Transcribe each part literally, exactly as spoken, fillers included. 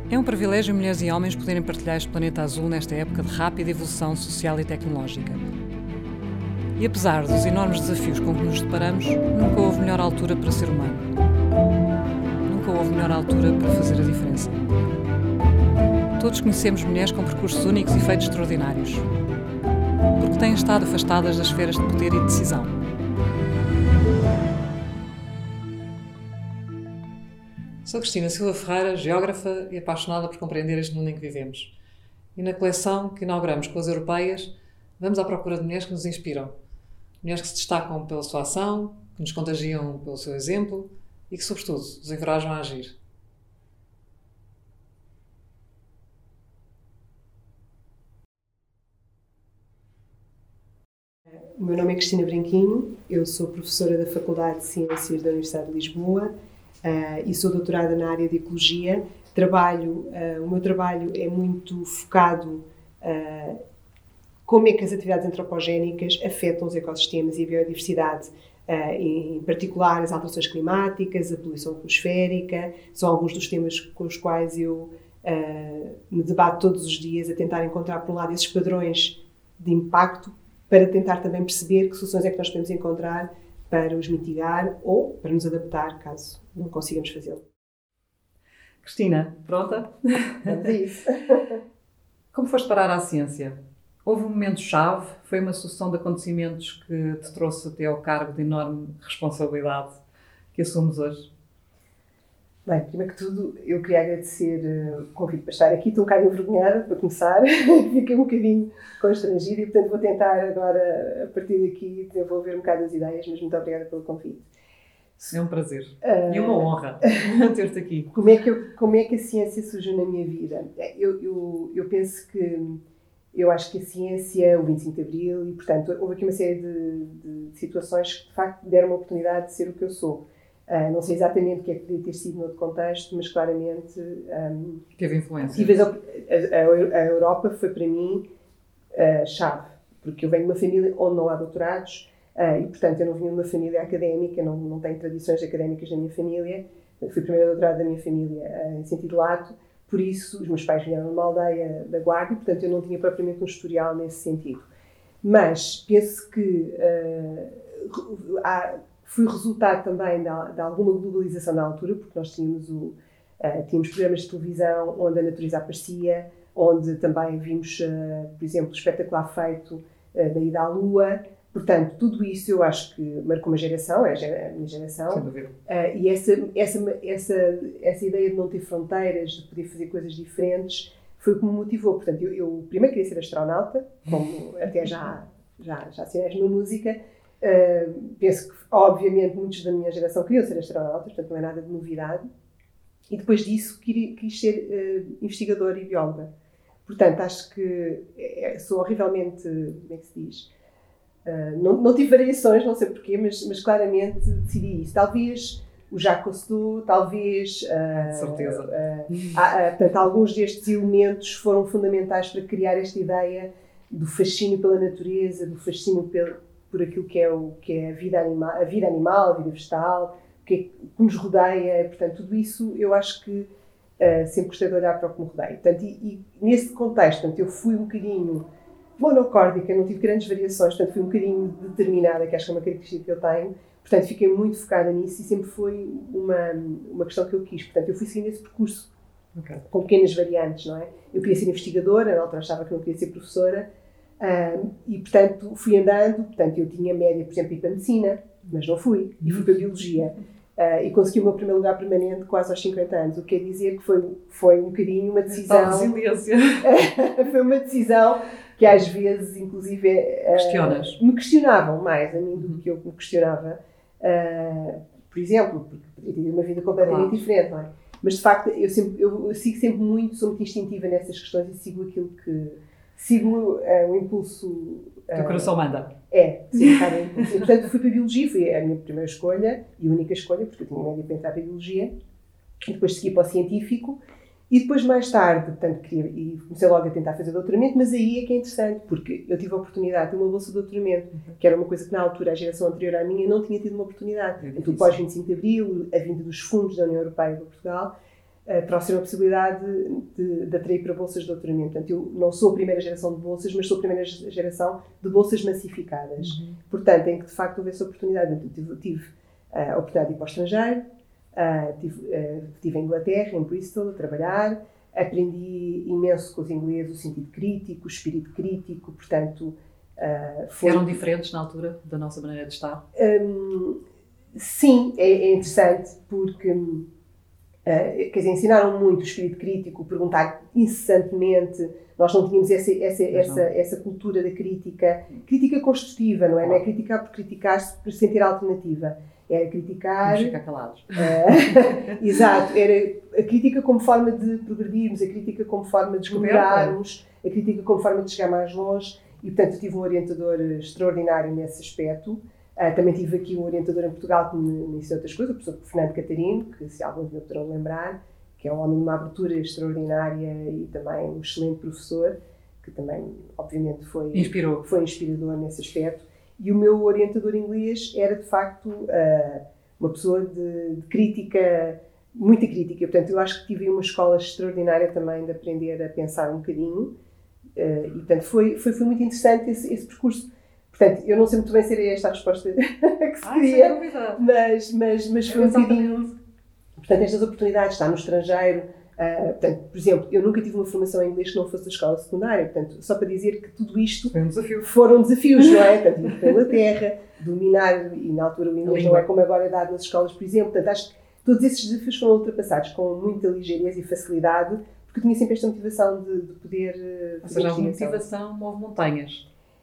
É um privilégio mulheres e homens poderem partilhar este planeta azul nesta época de rápida evolução social e tecnológica. E apesar dos enormes desafios com que nos deparamos, nunca houve melhor altura para ser humano. Nunca houve melhor altura para fazer a diferença. Todos conhecemos mulheres com percursos únicos e feitos extraordinários, porque têm estado afastadas das esferas de poder e decisão. Sou Cristina Silva Ferreira, geógrafa e apaixonada por compreender este mundo em que vivemos. E na coleção que inauguramos com as europeias, vamos à procura de mulheres que nos inspiram. Mulheres que se destacam pela sua ação, que nos contagiam pelo seu exemplo e que, sobretudo, nos encorajam a agir. O meu nome é Cristina Branquinho, eu sou professora da Faculdade de Ciências da Universidade de Lisboa uh, e sou doutorada na área de Ecologia. Trabalho, uh, o meu trabalho é muito focado uh, como é que as atividades antropogénicas afetam os ecossistemas e a biodiversidade, uh, em particular as alterações climáticas, a poluição atmosférica, são alguns dos temas com os quais eu uh, me debato todos os dias, a tentar encontrar, por um lado, esses padrões de impacto, para tentar também perceber que soluções é que nós podemos encontrar para os mitigar ou para nos adaptar, caso não consigamos fazê-lo. Cristina, pronta? Vamos a isso. Como foste parar à ciência? Houve um momento-chave? Foi uma sucessão de acontecimentos que te trouxe até ao cargo de enorme responsabilidade que assumes hoje? Bem, primeiro que tudo, eu queria agradecer uh, o convite para estar aqui. Estou um bocado envergonhada, para começar. Fiquei um bocadinho constrangida e, portanto, vou tentar agora, a partir daqui, desenvolver um bocado as ideias, mas muito obrigada pelo convite. É um prazer uh, e uma honra ter-te aqui. Como é, que eu, como é que a ciência surgiu na minha vida? Eu, eu, eu penso que, eu acho que a ciência, o vinte e cinco de Abril, e, portanto, houve aqui uma série de, de situações que, de facto, deram uma oportunidade de ser o que eu sou. Uh, não sei exatamente o que é que podia ter sido no outro contexto, mas claramente... Um, Teve influência. Tive a, a, a Europa foi para mim uh, chave, porque eu venho de uma família onde não há doutorados uh, e, portanto, eu não vinha de uma família académica, não, não tenho tradições académicas na minha família. Eu fui a primeira doutorada da minha família uh, em sentido lato, por isso os meus pais vieram de uma aldeia da Guarda e, portanto, eu não tinha propriamente um historial nesse sentido. Mas penso que uh, há... Fui resultado também de, de alguma globalização na altura, porque nós tínhamos, o, uh, tínhamos programas de televisão onde a natureza aparecia, onde também vimos, uh, por exemplo, o espetacular feito uh, da ida à Lua. Portanto, tudo isso eu acho que marcou uma geração, é a minha geração. Sem dúvida. Uh, e essa, essa, essa, essa ideia de não ter fronteiras, de poder fazer coisas diferentes, foi o que me motivou. Portanto, eu, eu primeiro queria ser astronauta, como até já, já, já assinei uma música. Uh, penso que, obviamente, muitos da minha geração queriam ser astronautas, portanto não é nada de novidade. E depois disso quis, quis ser uh, investigadora e bióloga. Portanto, acho que é, sou horrivelmente, como é que se diz? Uh, não, não tive variações, não sei porquê, mas, mas claramente decidi isso. Talvez o Jacques Cousteau, talvez... Uh, certeza. Uh, uh, uh, portanto, alguns destes elementos foram fundamentais para criar esta ideia do fascínio pela natureza, do fascínio pelo... por aquilo que é, o, que é a, vida anima, a vida animal, a vida vegetal, o que, é, que nos rodeia. Portanto, tudo isso eu acho que uh, sempre gostei de olhar para o que me rodeia. Portanto, e, e nesse contexto, portanto, eu fui um bocadinho monocórdica, não tive grandes variações, portanto, fui um bocadinho determinada, que acho que é uma característica que eu tenho. Portanto, fiquei muito focada nisso e sempre foi uma, uma questão que eu quis. Portanto, eu fui seguindo esse percurso, okay, com pequenas variantes, não é? Eu queria ser investigadora, na altura achava que não queria ser professora. Um, e, portanto, fui andando, portanto, eu tinha média, por exemplo, ir para a medicina, mas não fui, e fui para a biologia. Uh, e consegui o meu primeiro lugar permanente quase aos cinquenta anos, o que quer dizer que foi, foi um bocadinho uma decisão... resiliência. Foi uma decisão que às vezes, inclusive, uh, questionas. Me questionavam mais a mim do que eu me questionava. Uh, por exemplo, porque eu tive uma vida completamente claro. Diferente, não é? Mas, de facto, eu, sempre, eu sigo sempre muito, sou muito instintiva nessas questões e sigo aquilo que... Sigo uh, o impulso... Uh, que o coração manda. É, sim, cara, e, portanto, fui para a Biologia, foi a minha primeira escolha e única escolha, porque eu tinha média para entrar para a Biologia. E depois segui para o Científico. E depois, mais tarde, portanto, queria, e comecei logo a tentar fazer doutoramento, mas aí é que é interessante, porque eu tive a oportunidade de ter uma bolsa de doutoramento, uhum. que era uma coisa que, na altura, a geração anterior à minha não tinha tido uma oportunidade. É então, pós vinte e cinco de Abril, a vinda dos fundos da União Europeia para Portugal, uh, trouxeram a possibilidade de, de, de atrair para bolsas de doutoramento. Portanto, eu não sou a primeira geração de bolsas, mas sou a primeira geração de bolsas massificadas. Uhum. Portanto, em que de facto houve essa oportunidade. Eu tive, tive uh, a oportunidade de ir para o estrangeiro, uh, tive, uh, estive em Inglaterra, em Bristol, a trabalhar, aprendi imenso com os ingleses o sentido crítico, o espírito crítico, portanto... Uh, foi... Eram diferentes na altura da nossa maneira de estar? Um, sim, é, é interessante porque uh, quer dizer, ensinaram muito o espírito crítico, perguntar incessantemente. Nós não tínhamos essa, essa, essa, essa cultura da crítica, crítica construtiva, não é? Não é criticar por criticar, por sentir alternativa. Era criticar... Vamos ficar calados. Uh, exato, era a crítica como forma de progredirmos, a crítica como forma de melhorarmos, a crítica como forma de chegar mais longe. E, portanto, eu tive um orientador extraordinário nesse aspecto. Uh, também tive aqui um orientador em Portugal que me, me ensinou outras coisas, o professor Fernando Catarino, que se alguns me poderão lembrar, que é um homem de uma abertura extraordinária e também um excelente professor, que também, obviamente, foi, Inspirou. foi inspirador nesse aspecto. E o meu orientador inglês era, de facto, uh, uma pessoa de, de crítica, muita crítica. Portanto, eu acho que tive uma escola extraordinária também de aprender a pensar um bocadinho. Uh, e, portanto, foi, foi, foi muito interessante esse, esse percurso. Portanto, eu não sei muito bem se era esta a resposta que se queria, mas, mas, mas foi um bocadinho... Portanto, estas oportunidades, estar no estrangeiro, uh, portanto, por exemplo, eu nunca tive uma formação em inglês que não fosse da escola secundária, portanto, só para dizer que tudo isto foi um desafio. Foram desafios, não é? Portanto, ir para a Inglaterra, dominar, e na altura o inglês não é como agora é dado nas escolas, por exemplo, portanto, acho que todos esses desafios foram ultrapassados com muita ligeireza e facilidade, porque eu tinha sempre esta motivação de, de poder... Ou seja, a motivação move montanhas.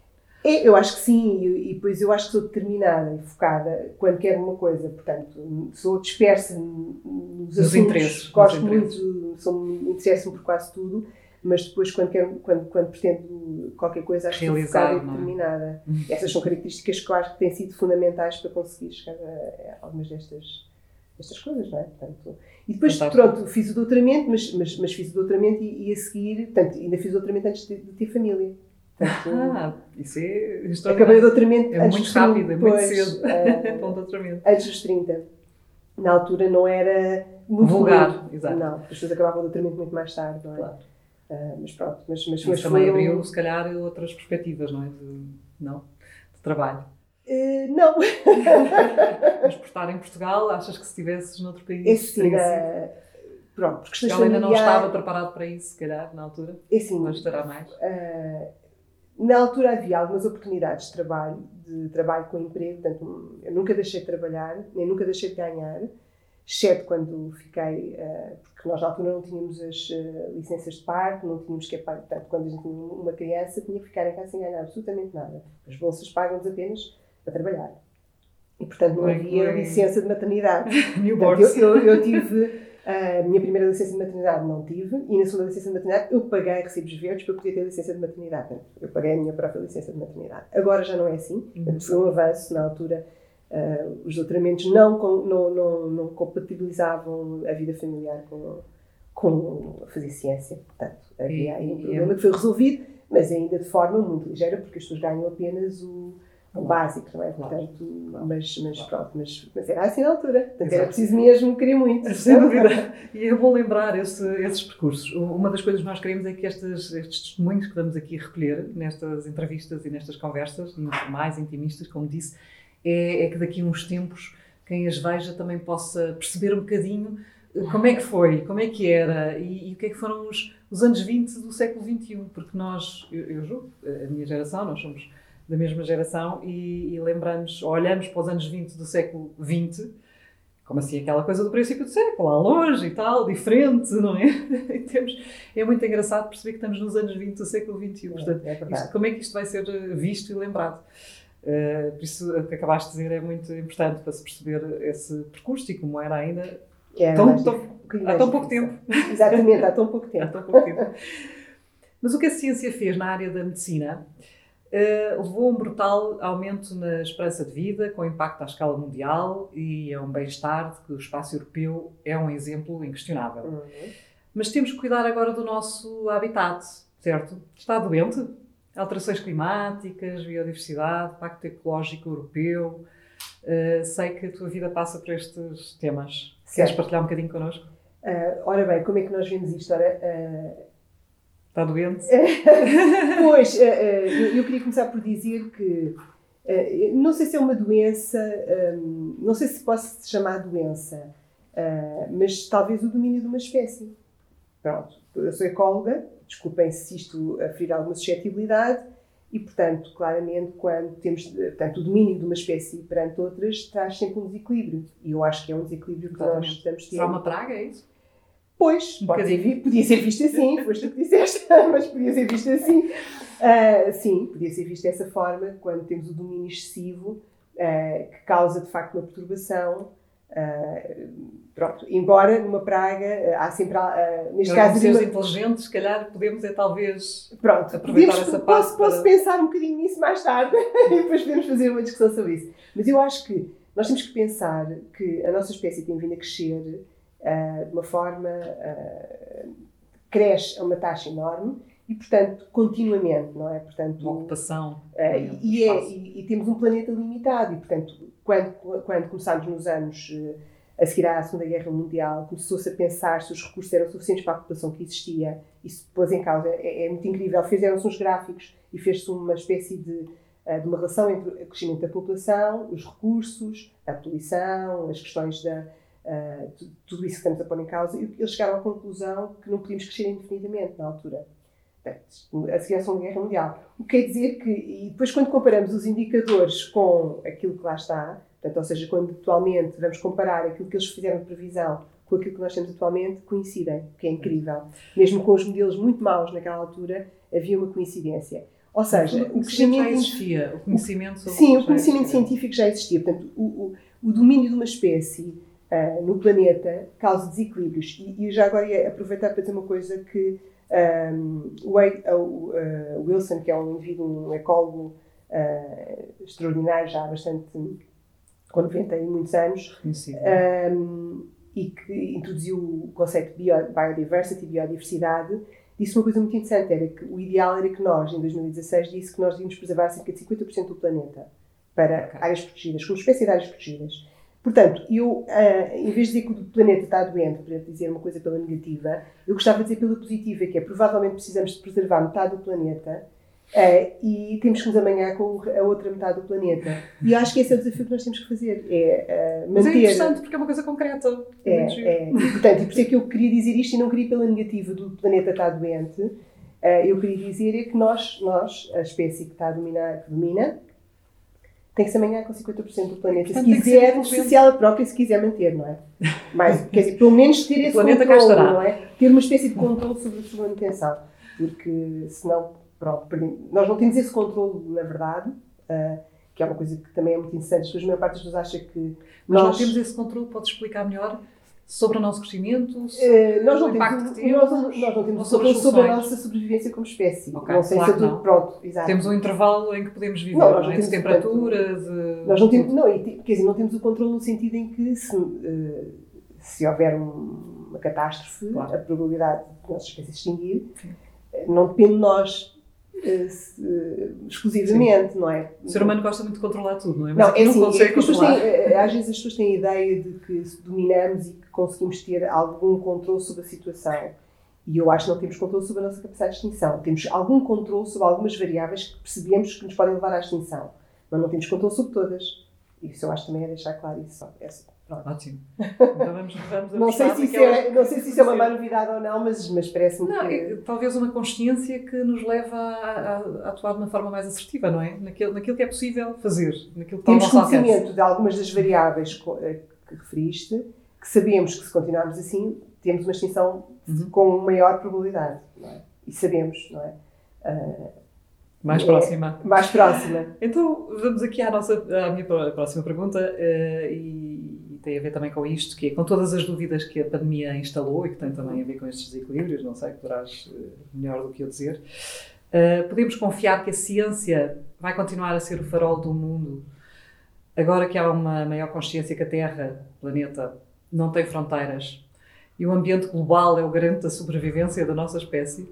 É, eu acho que sim, e, e depois eu acho que sou determinada e focada quando quero uma coisa, portanto, sou dispersa nos assuntos, interesses, gosto nos interesses. muito, sou, interesso-me por quase tudo, mas depois quando, quero, quando, quando pretendo qualquer coisa, acho que sou focada e determinada. É? Essas são características que eu acho que têm sido fundamentais para conseguir chegar a, a algumas destas, destas coisas, não é? Portanto, e depois, Fantástico. pronto, fiz o doutoramento, mas, mas, mas fiz o doutoramento e, e a seguir, portanto, ainda fiz o doutoramento antes de, de ter família. Portanto, ah, isso é... Acabei o doutoramento é antes muito dos rápido, trinta, é muito pois, cedo uh, para um doutoramento. Antes dos trinta. Na altura não era muito vulgar, muito. Exato. Não, as pessoas acabavam o doutoramento muito mais tarde, não é? Claro. Uh, mas pronto, mas, mas, isso mas também foi abriu, um... se calhar, outras perspectivas, não é? De, não? De trabalho. Uh, não. Mas por estar em Portugal, achas que se estivesses noutro país... É sim, uh, pronto, porque Portugal ainda não estava preparado para isso, se calhar, na altura? É sim. Mas estará mais? Uh, Na altura havia algumas oportunidades de trabalho, de trabalho com emprego, portanto, eu nunca deixei de trabalhar, nem nunca deixei de ganhar, exceto quando fiquei, uh, porque nós na altura não tínhamos as uh, licenças de parto, não tínhamos que é pago, portanto, quando a gente tinha uma criança, tinha que ficar em casa sem ganhar absolutamente nada. As bolsas pagam-nos apenas para trabalhar. E, portanto, não havia licença de maternidade. Portanto, eu, eu, eu tive... A minha primeira licença de maternidade não tive, e na segunda licença de maternidade eu paguei recibos verdes para poder ter licença de maternidade. Eu paguei a minha própria licença de maternidade. Agora já não é assim, uhum. Foi um avanço. Na altura, uh, os doutoramentos não, não, não, não compatibilizavam a vida familiar com, com fazer ciência. Portanto, havia aí um problema que foi resolvido, mas ainda de forma muito ligeira, porque as pessoas ganham apenas o... o básico, não é? Portanto, claro. mas, mas pronto, mas, mas era assim na altura. Portanto, Exato. Era preciso mesmo querer muito. Sem dúvida. E é bom lembrar esse, esses percursos. Uma das coisas que nós queremos é que estes, estes testemunhos que vamos aqui recolher nestas entrevistas e nestas conversas, informais, intimistas, como disse, é, é que daqui a uns tempos quem as veja também possa perceber um bocadinho como é que foi, como é que era e, e o que é que foram os, os anos vinte do século vinte e um. Porque nós, eu, eu julgo, a minha geração, nós somos da mesma geração e, e lembramos, olhamos para os anos vinte do século vinte, como assim aquela coisa do princípio do século, lá longe e tal, diferente, não é? E temos, é muito engraçado perceber que estamos nos anos vinte do século vinte e um. Portanto, é, é isto, como é que isto vai ser visto e lembrado? Uh, por isso, o que acabaste de dizer é muito importante para se perceber esse percurso e como era ainda é, tão, tão, um há tão pouco tempo. Exatamente, há tão pouco tempo. há tão pouco tempo. Mas o que a ciência fez na área da medicina Uh, levou a um brutal aumento na esperança de vida, com impacto à escala mundial e a um bem-estar de que o espaço europeu é um exemplo inquestionável. Uhum. Mas temos que cuidar agora do nosso habitat, certo? Está doente? Alterações climáticas, biodiversidade, Pacto Ecológico Europeu. Uh, sei que a tua vida passa por estes temas. Certo. Queres partilhar um bocadinho connosco? Uh, ora bem, como é que nós vemos isto? Ora, uh... Está doente? Pois, uh, uh, eu, eu queria começar por dizer que uh, não sei se é uma doença, um, não sei se posso chamar doença, uh, mas talvez o domínio de uma espécie. Pronto, eu sou ecóloga, desculpem se isto ferir alguma suscetibilidade, e, portanto, claramente, quando temos portanto, o domínio de uma espécie perante outras, traz sempre um desequilíbrio. E eu acho que é um desequilíbrio que Exatamente. nós estamos tendo. Será uma praga, é isso? Pois, Um pode ser, podia ser visto assim, foste tu que disseste, mas podia ser visto assim. Uh, sim, podia ser visto dessa forma, quando temos o domínio excessivo, uh, que causa, de facto, uma perturbação. Uh, pronto, embora numa praga uh, há sempre, uh, neste Agora, caso... seres uma... inteligentes, se calhar podemos é talvez pronto, aproveitar podemos, essa parte posso, posso para... pensar um bocadinho nisso mais tarde e depois podemos fazer uma discussão sobre isso. Mas eu acho que nós temos que pensar que a nossa espécie tem vindo a crescer uh, de uma forma... Uh, cresce a uma taxa enorme e, portanto, continuamente, não é? Portanto, uma ocupação. Uh, e, é, e, e temos um planeta limitado e, portanto, quando, quando começámos nos anos uh, a seguir à Segunda Guerra Mundial, começou-se a pensar se os recursos eram suficientes para a população que existia. Isso pôs em causa, é, é muito incrível. Fizeram-se uns gráficos e fez-se uma espécie de, uh, de uma relação entre o crescimento da população, os recursos, a poluição, as questões da... Uh, tudo isso que estamos a pôr em causa. E eles chegaram à conclusão que não podíamos crescer indefinidamente na altura. A seguir à Segunda Guerra Mundial. O que quer dizer que, e depois quando comparamos os indicadores com aquilo que lá está, portanto, ou seja, quando atualmente vamos comparar aquilo que eles fizeram de previsão com aquilo que nós temos atualmente, coincidem, o que é incrível. Mesmo com os modelos muito maus naquela altura, havia uma coincidência. Ou seja, o conhecimento já existia, o conhecimento sobre Sim, o conhecimento científico já existia. Portanto, o, o, o domínio de uma espécie uh, no planeta causa desequilíbrios. E, e já agora ia aproveitar para dizer uma coisa que Um, o, o uh, Wilson, que é um indivíduo, um ecólogo uh, extraordinário, já há bastante, com noventa e muitos anos, um, e que introduziu o conceito de bio, biodiversity, biodiversidade, disse uma coisa muito interessante, era que o ideal era que nós, em dois mil e dezasseis, disse que nós devíamos preservar cerca de cinquenta por cento do planeta para okay. áreas protegidas, como espécie de áreas protegidas. Portanto, eu, uh, em vez de dizer que o planeta está doente, para dizer uma coisa pela negativa, eu gostava de dizer pela positiva, que é, provavelmente precisamos de preservar metade do planeta uh, e temos que nos amanhar com a outra metade do planeta. E eu acho que esse é o desafio que nós temos que fazer, é uh, manter... Mas é interessante, porque é uma coisa concreta. É, é. E, portanto, e por isso é que eu queria dizer isto, e não queria pela negativa do planeta estar doente, uh, eu queria dizer é que nós, nós, a espécie que está a dominar, que domina, tem que se amanhar com cinquenta por cento do planeta, portanto, se quiser, se ela própria se quiser manter, não é? Mas, quer dizer, pelo menos ter esse controle, não é? Ter uma espécie de controle sobre a sua manutenção, porque senão, pronto, nós não temos esse controle, na verdade, uh, que é uma coisa que também é muito interessante, a maior parte das pessoas acha que Mas nós... não temos esse controle, pode explicar melhor? Sobre o nosso crescimento, uh, nós não o impacto temos, que temos, nós, nós não temos sobre, sobre a nossa sobrevivência como espécie. Okay, não sei claro se é tudo pronto. Exato. Temos um intervalo em que podemos viver, não, não, não é? De temperaturas... Portanto, nós não temos, não, quer dizer, não temos o controle no sentido em que se, uh, se houver um, uma catástrofe, claro. A probabilidade de nossa espécie extinguir uh, não depende de nós uh, se, uh, exclusivamente, sim. Não é? O ser humano gosta muito de controlar tudo, não é? Mas não, é não assim, consegue é controlar. Têm, às vezes as pessoas têm a ideia de que dominamos e que conseguimos ter algum controle sobre a situação. E eu acho que não temos controle sobre a nossa capacidade de extinção. Temos algum controle sobre algumas variáveis que percebemos que nos podem levar à extinção. Mas não temos controle sobre todas. Isso eu acho também é deixar claro isso. É assim, ótimo. Então vamos, vamos não, sei se isso é, não sei se isso é uma má novidade ou não, mas, mas parece-me não, que... É, talvez uma consciência que nos leva a, a, a atuar de uma forma mais assertiva, não é? Naquilo, naquilo que é possível fazer. Naquilo que temos conhecimento de algumas das variáveis que referiste, que sabemos que se continuarmos assim, temos uma extinção uhum. com maior probabilidade. Não é? E sabemos, não é? Uh, mais é, próxima. Mais próxima. Então, vamos aqui à, nossa, à minha próxima pergunta, uh, e, e tem a ver também com isto, que é com todas as dúvidas que a pandemia instalou e que tem também a ver com estes desequilíbrios, não sei, poderás uh, melhor do que eu dizer, uh, podemos confiar que a ciência vai continuar a ser o farol do mundo, agora que há uma maior consciência que a Terra, o planeta, não tem fronteiras e o ambiente global é o garante da sobrevivência da nossa espécie?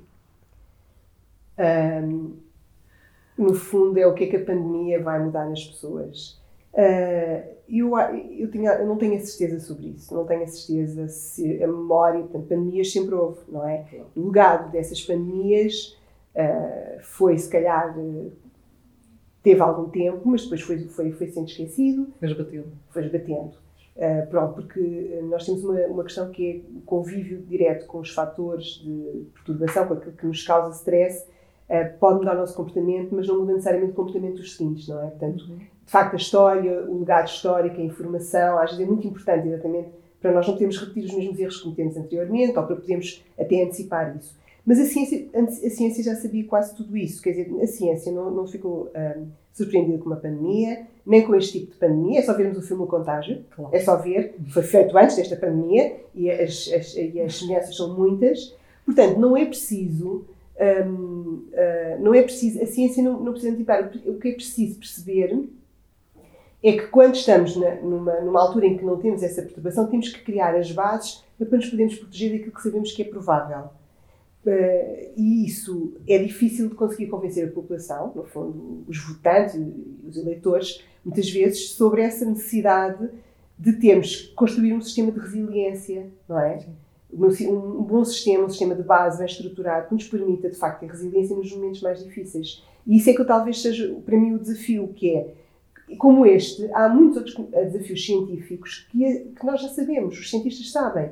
Um... No fundo, é o que é que a pandemia vai mudar nas pessoas. Uh, eu, eu, tinha, eu não tenho a certeza sobre isso, não tenho a certeza se a memória, portanto, pandemias sempre houve, não é? O legado dessas pandemias uh, foi, se calhar, uh, teve algum tempo, mas depois foi, foi, foi sendo esquecido. Foi esbatendo. Foi esbatendo. Uh, pronto, porque nós temos uma, uma questão que é o convívio direto com os fatores de perturbação, com aquilo que nos causa stress, uh, pode mudar o nosso comportamento, mas não muda necessariamente o comportamento dos seguintes, não é? Portanto, uhum. de facto, a história, o legado histórico, a informação, às vezes é muito importante, exatamente, para nós não podermos repetir os mesmos erros que cometemos anteriormente, ou para podermos até antecipar isso. Mas a ciência, a ciência já sabia quase tudo isso, quer dizer, a ciência não, não ficou um, surpreendida com uma pandemia, nem com este tipo de pandemia, é só vermos o filme O Contágio, claro. É só ver, foi feito antes desta pandemia, e as, as, e as semelhanças são muitas, portanto, não é preciso, um, uh, não é preciso, a ciência não, não precisa antecipar, o que é preciso perceber é que quando estamos na, numa, numa altura em que não temos essa perturbação, temos que criar as bases para nos podermos proteger daquilo que sabemos que é provável. Uh, e isso é difícil de conseguir convencer a população, no fundo, os votantes e os eleitores, muitas vezes, sobre essa necessidade de termos que construir um sistema de resiliência, não é? Um, um bom sistema, um sistema de base bem estruturado, que nos permita, de facto, ter resiliência nos momentos mais difíceis. E isso é que eu, talvez seja, para mim, o desafio, que é, como este, há muitos outros desafios científicos que, é, que nós já sabemos, os cientistas sabem.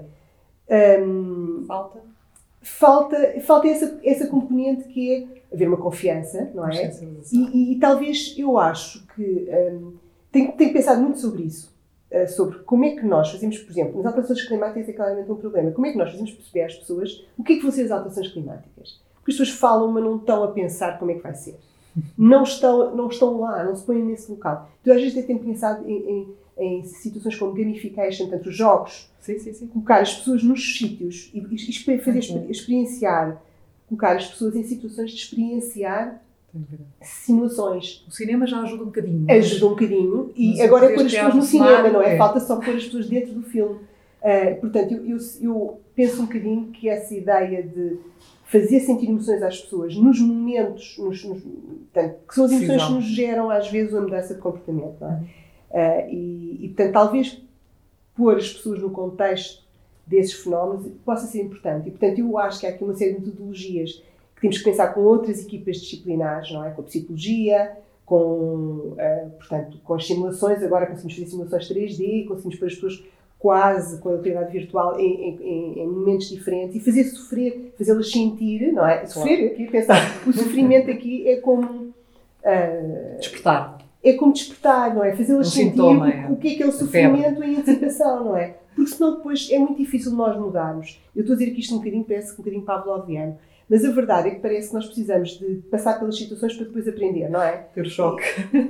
Um, Falta? Falta, falta essa, essa componente que é haver uma confiança, não é? E, e, e talvez eu acho que um, tenho, tenho pensado muito sobre isso, uh, sobre como é que nós fazemos, por exemplo, nas alterações climáticas é claramente um problema, como é que nós fazemos perceber às pessoas o que é que vão ser as alterações climáticas? Porque as pessoas falam, mas não estão a pensar como é que vai ser. Não estão, não estão lá, não se põem nesse local. Então, às vezes, eu tenho pensado em, em, em situações como gamification, portanto, os jogos, sim, sim, sim. colocar as pessoas nos sítios e, e fazer uhum. experienciar, colocar as pessoas em situações de experienciar simulações. O cinema já ajuda um bocadinho. Ajuda um bocadinho e mas agora é pôr as pessoas no cinema, não é? é? Falta só pôr as pessoas dentro do filme. Uh, portanto, eu, eu, eu penso um bocadinho que essa ideia de fazer sentir emoções às pessoas nos momentos, nos, nos, portanto, que são as emoções que nos geram às vezes uma mudança de comportamento, não é? Uh, e, e, portanto, talvez pôr as pessoas no contexto desses fenómenos possa ser importante. E, portanto, eu acho que há aqui uma série de metodologias que temos que pensar com outras equipas disciplinares, não é? Com a psicologia, com, uh, portanto, com as simulações. Agora conseguimos fazer simulações três D, conseguimos pôr as pessoas quase com a realidade virtual em, em, em momentos diferentes e fazer sofrer, fazê-las sentir, não é? Sofrer, aqui, pensar, o sofrimento aqui é como... Uh, despertar. É como despertar, não é? Fazê-las um sentir sintoma, o, é. o que é aquele sofrimento em antecipação, não é? Porque senão depois é muito difícil nós mudarmos. Eu estou a dizer que isto um bocadinho parece um bocadinho pavloviano, mas a verdade é que parece que nós precisamos de passar pelas situações para depois aprender, não é? Ter choque.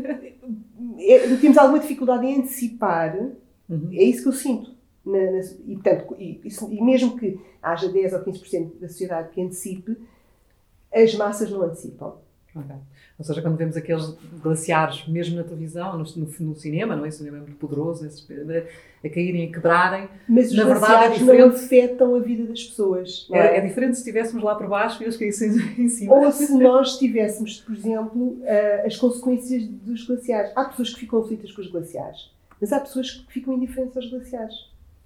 É, temos alguma dificuldade em antecipar. Uhum. É isso que eu sinto. Na, na, e, portanto, e, isso, e mesmo que haja dez ou quinze por cento da sociedade que antecipe, as massas não antecipam. Okay. Ou seja, quando vemos aqueles glaciares, mesmo na televisão, no, no, no cinema, não é? O cinema é muito poderoso, a, a caírem, a quebrarem. Mas os na glaciares verdade, é não afetam a vida das pessoas. Não é? É, é diferente se estivéssemos lá por baixo e eles caíssem em cima. Ou se nós tivéssemos, por exemplo, uh, as consequências dos glaciares. Há pessoas que ficam aflitas com os glaciares, mas há pessoas que ficam indiferentes aos glaciares.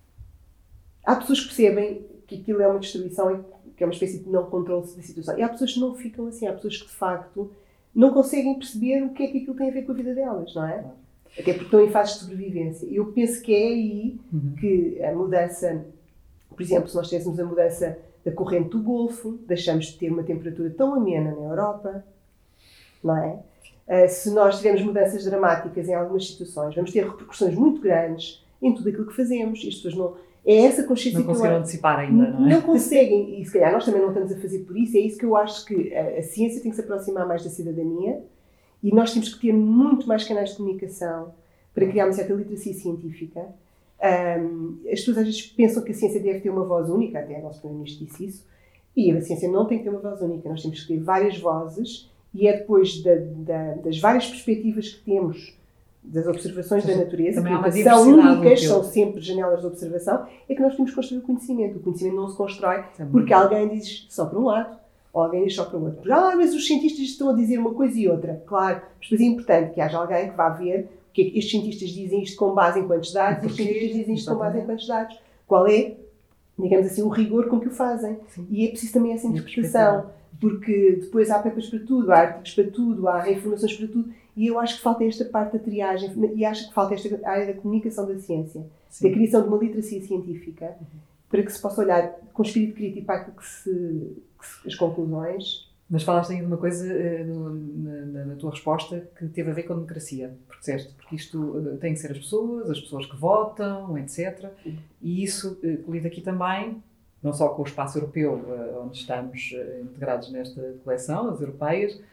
Há pessoas que percebem que aquilo é uma destruição, que é uma espécie de não controle da situação. E há pessoas que não ficam assim. Há pessoas que, de facto, não conseguem perceber o que é que aquilo tem a ver com a vida delas, não é? Até porque estão em fase de sobrevivência. E eu penso que é aí uhum. que a mudança... Por exemplo, se nós tivéssemos a mudança da corrente do Golfo, deixamos de ter uma temperatura tão amena na Europa, não é? Uh, se nós tivermos mudanças dramáticas em algumas situações, vamos ter repercussões muito grandes em tudo aquilo que fazemos. E as pessoas não... É essa consciência não conseguiram antecipar ainda, não é? Não conseguem, e se calhar nós também não estamos a fazer por isso. É isso que eu acho que a, a ciência tem que se aproximar mais da cidadania e nós temos que ter muito mais canais de comunicação para criar uma certa literacia científica. Um, as pessoas às vezes pensam que a ciência deve ter uma voz única, até o nosso primeiro-ministro disse isso, e a ciência não tem que ter uma voz única. Nós temos que ter várias vozes e é depois da, da, das várias perspectivas que temos das observações da natureza, que são únicas, são sempre janelas de observação, é que nós temos que construir o conhecimento. O conhecimento não se constrói porque alguém diz só para um lado, ou alguém diz só para o outro. Ah, mas os cientistas estão a dizer uma coisa e outra. Claro, mas depois é importante que haja alguém que vá ver o Porque estes cientistas dizem isto com base em quantos dados, e estes cientistas dizem isto com base em quantos dados. Qual é, digamos assim, o rigor com que o fazem? Sim. E é preciso também essa interpretação, porque depois há papers para tudo, há artigos para tudo, há informações para tudo, e eu acho que falta esta parte da triagem, e acho que falta esta área da comunicação da ciência, Sim. da criação de uma literacia científica, uhum. para que se possa olhar com espírito crítico para aquilo que se, que se, as conclusões. Mas falaste aí de uma coisa uh, no, na, na tua resposta que teve a ver com a democracia, porque disseste, porque isto uh, tem que ser as pessoas, as pessoas que votam, etcétera. Sim. E isso uh, colide aqui também, não só com o espaço europeu, uh, onde estamos uh, integrados nesta coleção, as europeias, uh,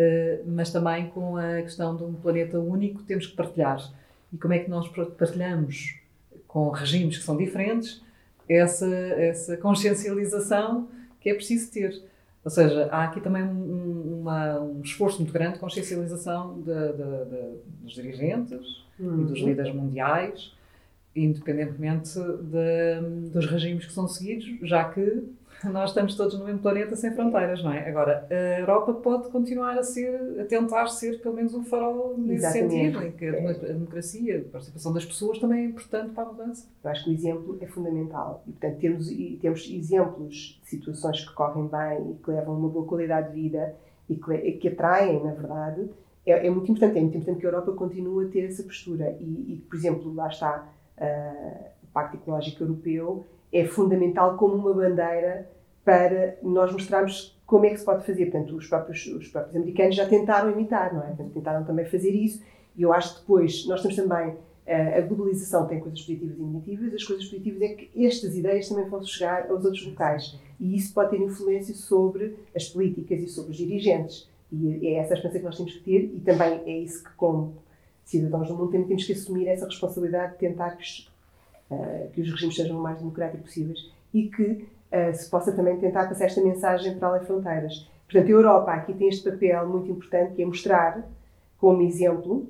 mas também com a questão de um planeta único que temos que partilhar. E como é que nós partilhamos com regimes que são diferentes essa, essa consciencialização que é preciso ter. Ou seja, há aqui também um, uma, um esforço muito grande de consciencialização de, de, de, dos dirigentes uhum. e dos líderes mundiais, independentemente de, dos regimes que são seguidos, já que nós estamos todos no mesmo planeta sem fronteiras, não é? Agora, a Europa pode continuar a ser, a tentar ser pelo menos um farol nesse Exatamente. Sentido, em que a democracia, a participação das pessoas também é importante para a mudança. Eu acho que o exemplo é fundamental e, portanto, temos, e temos exemplos de situações que correm bem e que levam a uma boa qualidade de vida e que, que atraem, na verdade, é, é muito importante. É muito importante que a Europa continue a ter essa postura e, e por exemplo, lá está uh, o Pacto Ecológico Europeu, é fundamental como uma bandeira para nós mostrarmos como é que se pode fazer. Portanto, os próprios, os próprios americanos já tentaram imitar, não é? Portanto, tentaram também fazer isso e eu acho que depois, nós temos também, a globalização tem coisas positivas e negativas, as coisas positivas é que estas ideias também vão chegar aos outros locais e isso pode ter influência sobre as políticas e sobre os dirigentes e é essa a esperança que nós temos que ter e também é isso que, como cidadãos do mundo, temos que assumir essa responsabilidade de tentar que Uh, que os regimes sejam o mais democráticos possíveis e que uh, se possa também tentar passar esta mensagem para além de fronteiras. Portanto, a Europa aqui tem este papel muito importante que é mostrar, como exemplo,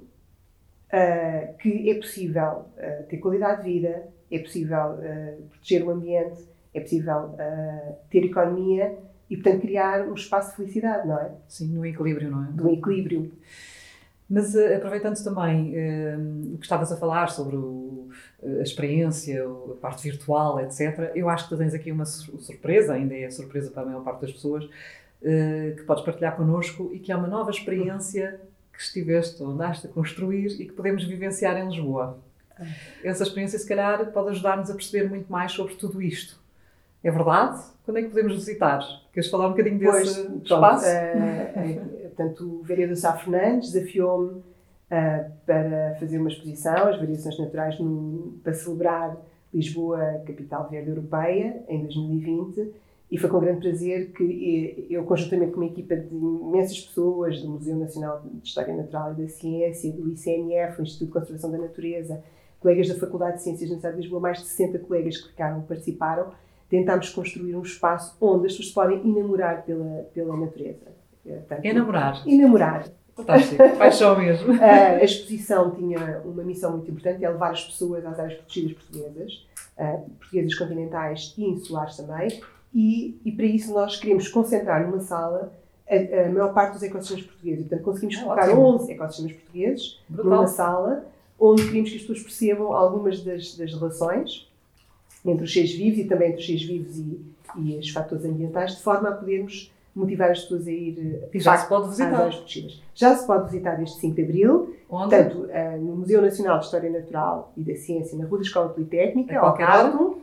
uh, que é possível uh, ter qualidade de vida, é possível uh, proteger o ambiente, é possível uh, ter economia e, portanto, criar um espaço de felicidade, não é? Sim, no equilíbrio, não é? Do equilíbrio. Mas uh, aproveitando também uh, o que estavas a falar sobre o, a experiência, a parte virtual, etcétera, eu acho que tu tens aqui uma surpresa, ainda é surpresa para a maior parte das pessoas, uh, que podes partilhar connosco e que é uma nova experiência que estiveste ou andaste a construir e que podemos vivenciar em Lisboa. Essa experiência, se calhar, pode ajudar-nos a perceber muito mais sobre tudo isto. É verdade? Quando é que podemos visitar? Queres falar um bocadinho desse pois, espaço? Pronto, uh, portanto, o vereador Sá Fernandes desafiou-me uh, para fazer uma exposição, as variações naturais, no, para celebrar Lisboa, capital verde europeia, em dois mil e vinte, e foi com grande prazer que eu, conjuntamente com uma equipa de imensas pessoas do Museu Nacional de História Natural e da Ciência, do I C N F, o Instituto de Conservação da Natureza, colegas da Faculdade de Ciências da Universidade de Lisboa, mais de sessenta colegas que ficaram, participaram, tentámos construir um espaço onde as pessoas se podem enamorar pela, pela natureza. Portanto, enamorar? Enamorar. Fantástico. Paixão mesmo. A exposição tinha uma missão muito importante, é levar as pessoas às áreas protegidas portuguesas, portuguesas continentais e insulares também, e, e para isso nós queríamos concentrar numa sala a, a maior parte dos ecossistemas portugueses. Portanto, conseguimos colocar ah, onze ecossistemas portugueses Brutal. Numa sala onde queríamos que as pessoas percebam algumas das, das relações entre os seres vivos e também entre os seres vivos e, e os fatores ambientais, de forma a podermos motivar as pessoas a ir e já se pode visitar. Às áreas protegidas. Já se pode visitar desde cinco de abril, Onde? Tanto uh, no Museu Nacional de História Natural e da Ciência, na Rua da Escola Politécnica, ao Carmo, uh,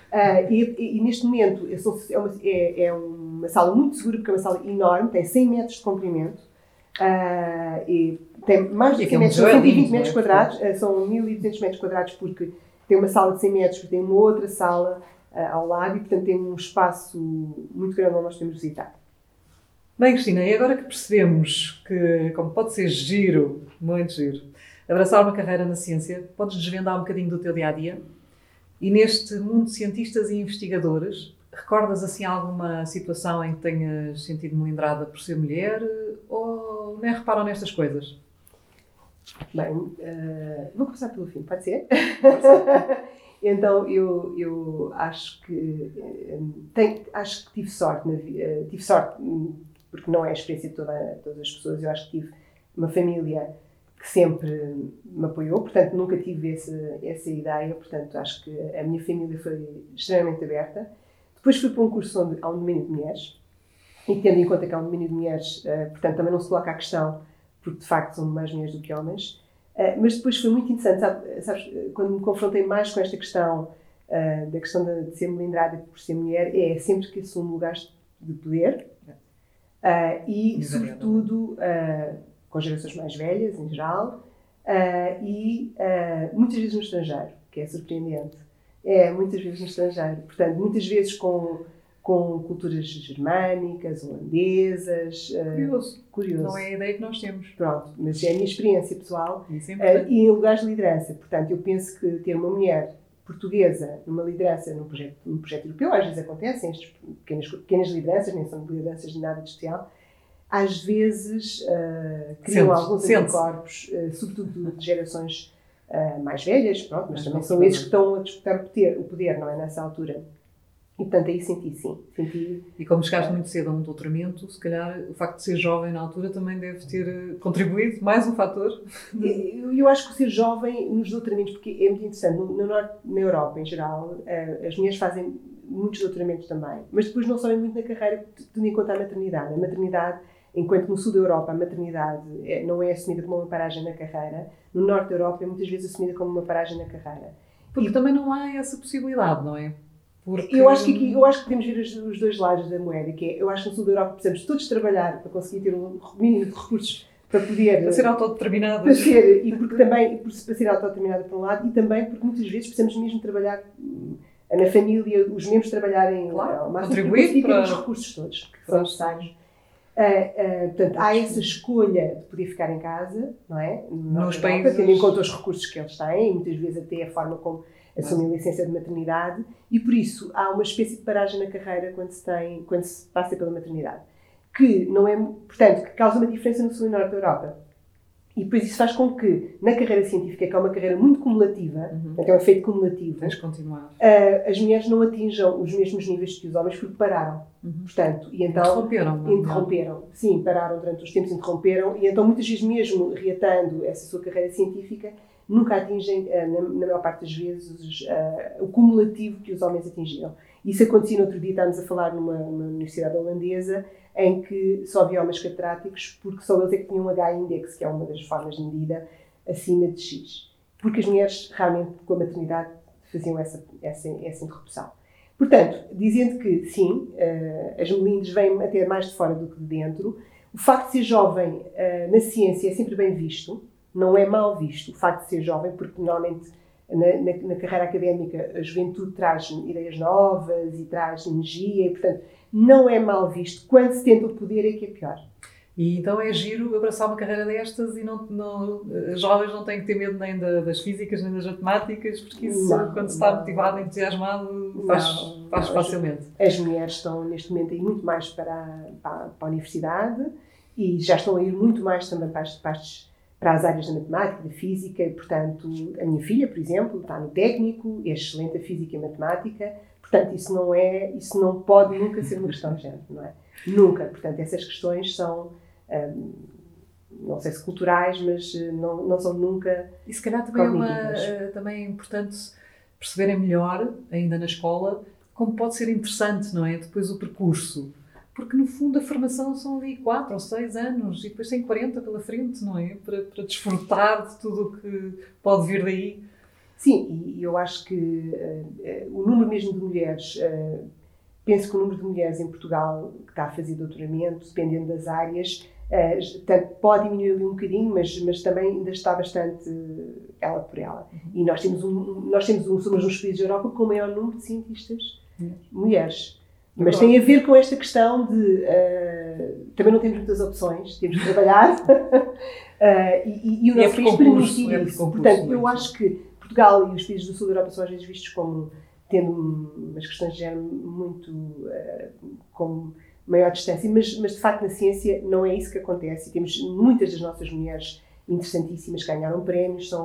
e, e, e neste momento é uma, é, é uma sala muito segura, porque é uma sala enorme, tem cem metros de comprimento, uh, e tem mais de cem metros, são cento e vinte metros quadrados, uh, são mil e duzentos metros quadrados, porque tem uma sala de cem metros, porque tem uma outra sala uh, ao lado e, portanto, tem um espaço muito grande onde nós podemos visitar. Bem, Cristina, e agora que percebemos que, como pode ser giro, muito giro, abraçar uma carreira na ciência, podes desvendar um bocadinho do teu dia-a-dia? E neste mundo de cientistas e investigadores, recordas assim alguma situação em que tenhas sentido melindrada por ser mulher ou nem reparam nestas coisas? Bem, uh, vou começar pelo fim, pode ser? Pode ser. Então, eu, eu acho que tenho, acho que tive sorte, na, uh, tive sorte, porque não é a experiência de toda, todas as pessoas, eu acho que tive uma família que sempre me apoiou, portanto nunca tive essa, essa ideia, portanto acho que a minha família foi extremamente aberta. Depois fui para um curso onde há um domínio de mulheres, e tendo em conta que há um domínio de mulheres, uh, portanto também não se coloca a questão, porque de facto são mais mulheres do que homens, uh, mas depois foi muito interessante, sabe, sabes, quando me confrontei mais com esta questão, uh, da questão de, de ser melindrada por ser mulher, é sempre que assumo lugares de poder, uh, e sobretudo uh, com gerações mais velhas, em geral, uh, e uh, muitas vezes no estrangeiro, que é surpreendente. É, muitas vezes no estrangeiro. Portanto, muitas vezes com, com culturas germânicas, holandesas. Curioso. Uh, curioso. Não é a ideia que nós temos. Pronto, mas é a minha experiência pessoal. Isso é importante. Uh, e em lugares de liderança. Portanto, eu penso que ter uma mulher portuguesa numa liderança num projeto, num projeto europeu, às vezes acontecem estas pequenas, pequenas lideranças, nem são lideranças de nada de especial, às vezes uh, criam Sente, alguns sente. anticorpos, uh, sobretudo de gerações uh, mais velhas, pronto, mas Mas também não são se esses que estão a disputar o poder, o poder, não é? Nessa altura. E, portanto, aí senti, sim. Senti, E como chegaste muito cedo a um doutoramento, se calhar o facto de ser jovem na altura também deve ter eh, contribuído, mais um fator. eu, eu acho que ser jovem nos doutoramentos, porque é muito interessante, no, no norte, na Europa em geral, uh, as mulheres fazem muitos doutoramentos também, mas depois não sobem muito na carreira, tendo em conta a maternidade. A maternidade, enquanto no sul da Europa a maternidade é, não é assumida como uma paragem na carreira, no norte da Europa é muitas vezes assumida como uma paragem na carreira. Porque e, também não há essa possibilidade, não é? Porque... Eu, acho que aqui, eu acho que podemos ver os, os dois lados da moeda, que é, eu acho que no sul da Europa precisamos todos trabalhar para conseguir ter um mínimo de recursos para poder... Para ser autodeterminadas. Para ser, e porque também, para ser autodeterminada por um lado, e também porque muitas vezes precisamos mesmo trabalhar na família, os membros trabalharem claro, ao máximo contribuir para conseguir para... ter os recursos todos que são necessários. Uh, uh, portanto, há essa escolha de poder ficar em casa, não é? Nos Europa, países... tendo em conta os recursos que eles têm, e muitas vezes até a forma como assumem licença de maternidade, e por isso há uma espécie de paragem na carreira quando se, tem, quando se passa pela maternidade, que não é, portanto, que causa uma diferença no sul e norte da Europa. E depois isso faz com que, na carreira científica, que é uma carreira muito cumulativa, uhum. portanto é um efeito cumulativo, Tens de continuar. Uh, as mulheres não atinjam os mesmos níveis que os homens porque pararam. Uhum. Portanto, e então, interromperam. Não? Interromperam. Sim, pararam durante os tempos, interromperam. E então, muitas vezes, mesmo reatando essa sua carreira científica, nunca atingem, uh, na, na maior parte das vezes, uh, o cumulativo que os homens atingiram. Isso acontecia no outro dia, estávamos a falar numa, numa universidade holandesa, em que só havia homens catedráticos, porque só eles é que tinham um H-index, que é uma das formas de medida, acima de X. Porque as mulheres, realmente, com a maternidade, faziam essa, essa, essa interrupção. Portanto, dizendo que, sim, uh, as melindes vêm até mais de fora do que de dentro, o facto de ser jovem uh, na ciência é sempre bem visto, não é mal visto o facto de ser jovem, porque normalmente na, na, na carreira académica a juventude traz ideias novas e traz energia, e portanto não é mal visto. Quando se tenta o poder é que é pior. E então é giro abraçar uma carreira destas e não, não, os jovens não têm que ter medo nem da, das físicas nem das matemáticas, porque isso, não, quando se está não. motivado, entusiasmado, faz, não, faz não, facilmente. As, as mulheres estão neste momento a ir muito mais para a, para, para a universidade e já estão a ir muito mais também para as, para as, para as áreas da matemática, da física, e, portanto, a minha filha, por exemplo, está no técnico, é excelente a física e a matemática, portanto, isso não é, isso não pode nunca ser uma questão de género, não é? Nunca. Portanto, essas questões são, hum, não sei se culturais, mas não, não são nunca E se calhar também é, uma, também é importante perceberem melhor, ainda na escola, como pode ser interessante, não é? Depois o percurso. Porque, no fundo, a formação são ali quatro ou seis anos e depois tem quarenta pela frente, não é? Para, para desfrutar de tudo o que pode vir daí. Sim, e eu acho que uh, uh, o número mesmo de mulheres... Uh, Penso que o número de mulheres em Portugal que está a fazer doutoramento, dependendo das áreas, uh, tanto pode diminuir ali um bocadinho, mas, mas também ainda está bastante uh, ela por ela. Uhum. E nós temos, um, nós temos um, somos um dos países da Europa com o maior número de cientistas uhum. mulheres. Mas tem a ver com esta questão de... Uh, também não temos muitas opções, temos que trabalhar. uh, e, e o nosso é país permite é isso. Portanto, eu mesmo. acho que Portugal e os países do sul da Europa são às vezes vistos como... tendo umas questões de género muito uh, com maior distância, mas, mas de facto na ciência não é isso que acontece. E temos muitas das nossas mulheres interessantíssimas que ganharam prémios, são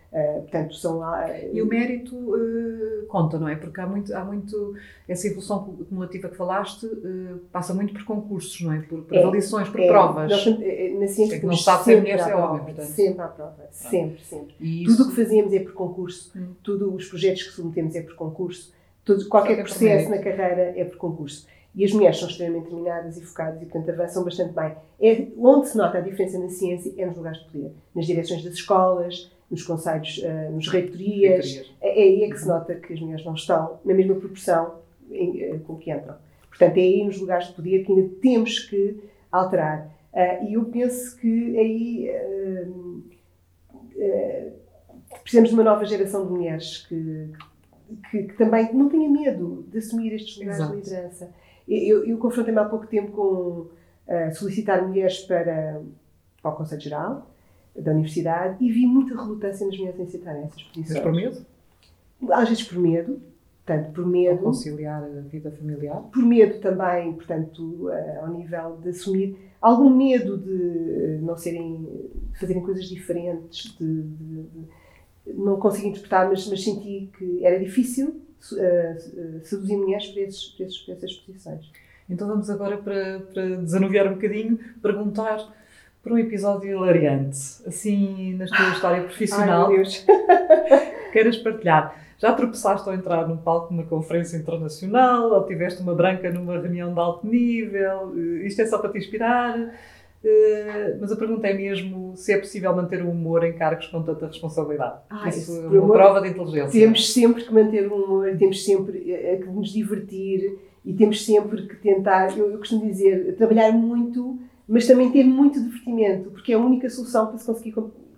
Uh, portanto, são lá... Uh, e o mérito uh, conta, não é? Porque há muito, há muito... Essa evolução cumulativa que falaste uh, passa muito por concursos, não é? Por, por é, avaliações, por é, provas. Nós, na ciência, é que não sabe ser mulher, é óbvio. Portanto. Sempre à prova. Ah. Sempre, sempre. E tudo o isso... que fazemos é por concurso. Hum. Tudo os projetos que submetemos é por concurso. Tudo, qualquer é processo na carreira é por concurso. E as mulheres são extremamente determinadas e focadas e, portanto, avançam bastante bem. É, onde se nota a diferença na ciência é nos lugares de poder. Nas direções das escolas, nos conselhos, uh, nos reitorias. reitorias. É, é aí é que se nota que as mulheres não estão na mesma proporção em, uh, com que entram. Portanto, é aí nos lugares de poder que ainda temos que alterar. Uh, e eu penso que aí uh, uh, precisamos de uma nova geração de mulheres que, que, que também não tenha medo de assumir estes lugares Exato. de liderança. Eu, eu confrontei-me há pouco tempo com uh, solicitar mulheres para, para o Conselho Geral da Universidade e vi muita relutância nas mulheres em aceitarem essas posições. Mas por medo? Às vezes por medo, portanto, por medo... Ou conciliar a vida familiar? Por medo também, portanto, uh, ao nível de assumir algum medo de uh, não serem, de fazerem coisas diferentes, de, de, de não consigo interpretar, mas, mas senti que era difícil uh, uh, seduzir mulheres para, esses, para, esses, para essas posições. Então vamos agora, para, para desanuviar um bocadinho, perguntar por um episódio hilariante, assim, na tua história profissional. Ai, meu Deus. Queiras partilhar. Já tropeçaste ao entrar num palco numa conferência internacional, ou tiveste uma branca numa reunião de alto nível? Isto é só para te inspirar? Mas a pergunta é mesmo se é possível manter o humor em cargos com tanta responsabilidade. Ah, isso é uma humor, prova de inteligência. Temos sempre que manter o humor, temos sempre que nos divertir e temos sempre que tentar, eu, eu costumo dizer, trabalhar muito, mas também ter muito divertimento, porque é a única solução para se conseguir,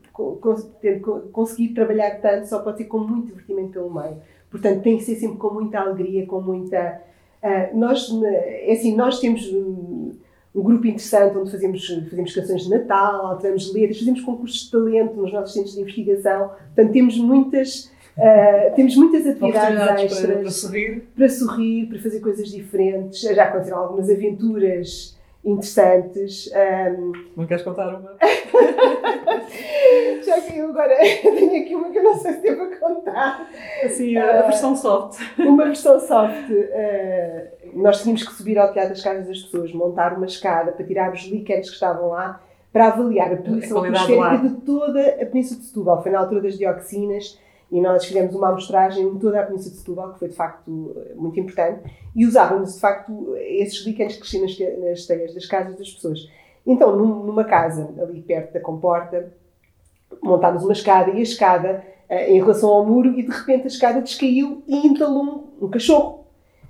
conseguir trabalhar tanto, só pode ser com muito divertimento pelo meio. Portanto, tem que ser sempre com muita alegria, com muita... Uh, nós, é assim, nós temos um, um grupo interessante onde fazemos, fazemos canções de Natal, alteramos letras, fazemos concursos de talento nos nossos centros de investigação. Portanto, temos muitas... Uh, temos muitas atividades extras para, para sorrir. para sorrir, para fazer coisas diferentes. Já aconteceram algumas aventuras interessantes. Um... Não queres contar uma? Já que eu agora tenho aqui uma que eu não sei se devo contar. Assim, a uh, versão soft. Uma versão soft. Uh, nós tínhamos que subir ao Teatro das Casas das Pessoas, montar uma escada para tirar os líquenes que estavam lá, para avaliar a poluição atmosférica de toda a Península de Setúbal. Foi na altura das dioxinas. E nós fizemos uma amostragem em toda a Península de Setúbal, que foi de facto muito importante, e usávamos de facto esses líquenes que cresciam nas, nas telhas das casas das pessoas. Então, num, numa casa ali perto da comporta, montámos uma escada, e a escada em relação ao muro, e de repente a escada descaiu e entalou um, um cachorro.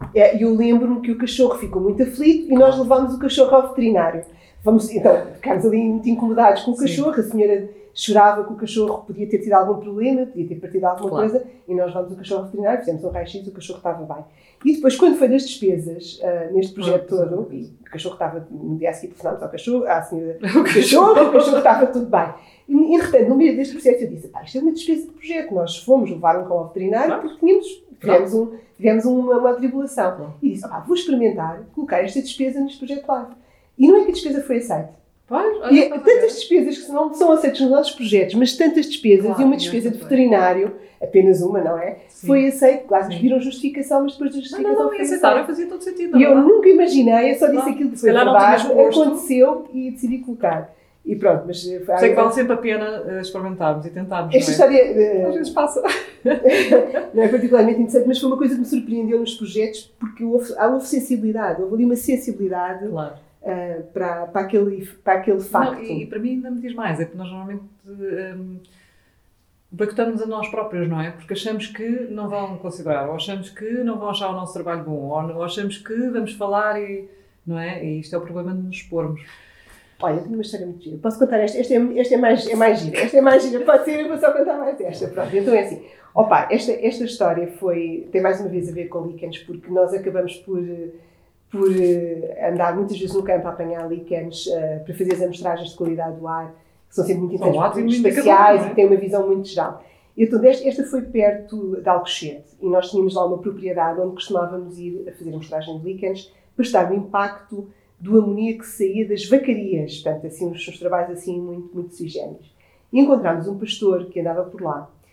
E eu lembro-me que o cachorro ficou muito aflito e nós levámos o cachorro ao veterinário. Vamos, então, ficámos ali muito incomodados com o cachorro, Sim. a senhora chorava que o cachorro podia ter tido algum problema, podia ter partido alguma claro. coisa, e nós levamos o cachorro ao veterinário, fizemos um raio-x, o cachorro estava bem. E depois, quando foi das despesas, uh, neste projeto ah, todo, e o cachorro estava, no dia a seguir telefonámos ao cachorro, à senhora do cachorro, o cachorro estava tudo bem. E, entretanto, no meio deste processo, eu disse, ah, isto é uma despesa de projeto, nós fomos levar um cão ao veterinário, claro. porque tínhamos, tivemos, um, tivemos uma, uma atribulação. Claro. E disse, ah, vou experimentar colocar esta despesa neste projeto live. E não é que a despesa foi aceita. Pois, e tantas despesas que não são aceitas nos nossos projetos, mas tantas despesas, claro, e uma despesa de veterinário, apenas uma, não é? Sim. Foi aceito, claro, nos pediram justificação, mas depois da justificação não, não, foi aceitaram, fazia todo sentido. E eu nunca imaginei, eu só disse não, aquilo que foi verdade, aconteceu e decidi colocar. E pronto, mas... Sei que vale sempre a pena experimentarmos e tentarmos, Esta não é? história... Uh, Às vezes passa. Não é particularmente interessante, mas foi uma coisa que me surpreendeu nos projetos, porque houve, houve sensibilidade, houve ali uma sensibilidade... Claro. Uh, para, para, aquele, para aquele facto. Não, e, e para mim ainda me diz mais, é que nós normalmente um, boicotamos a nós próprios, não é? Porque achamos que não vão considerar, ou achamos que não vão achar o nosso trabalho bom, ou, ou achamos que vamos falar e... não é? E isto é o problema de nos expormos. Olha, eu tenho uma história muito gira. Posso contar esta? Esta é, esta é, mais, é mais gira. Esta é mais gira. Pode ser, eu vou só contar mais esta. Pronto, então é assim. Opa, esta, esta história foi, tem mais uma vez a ver com líquenes, porque nós acabamos por... por uh, andar muitas vezes no campo a apanhar líquenes uh, para fazer as amostragens de qualidade do ar, que são sempre muito interessantes, espaciais, é? E têm uma visão muito geral. Então, esta, esta foi perto de Alcochete, e nós tínhamos lá uma propriedade onde costumávamos ir a fazer amostragem de líquenes para estar no impacto do amoníaco que saía das vacarias, portanto, assim, uns, uns trabalhos assim muito, muito sui generis. E encontramos um pastor que andava por lá,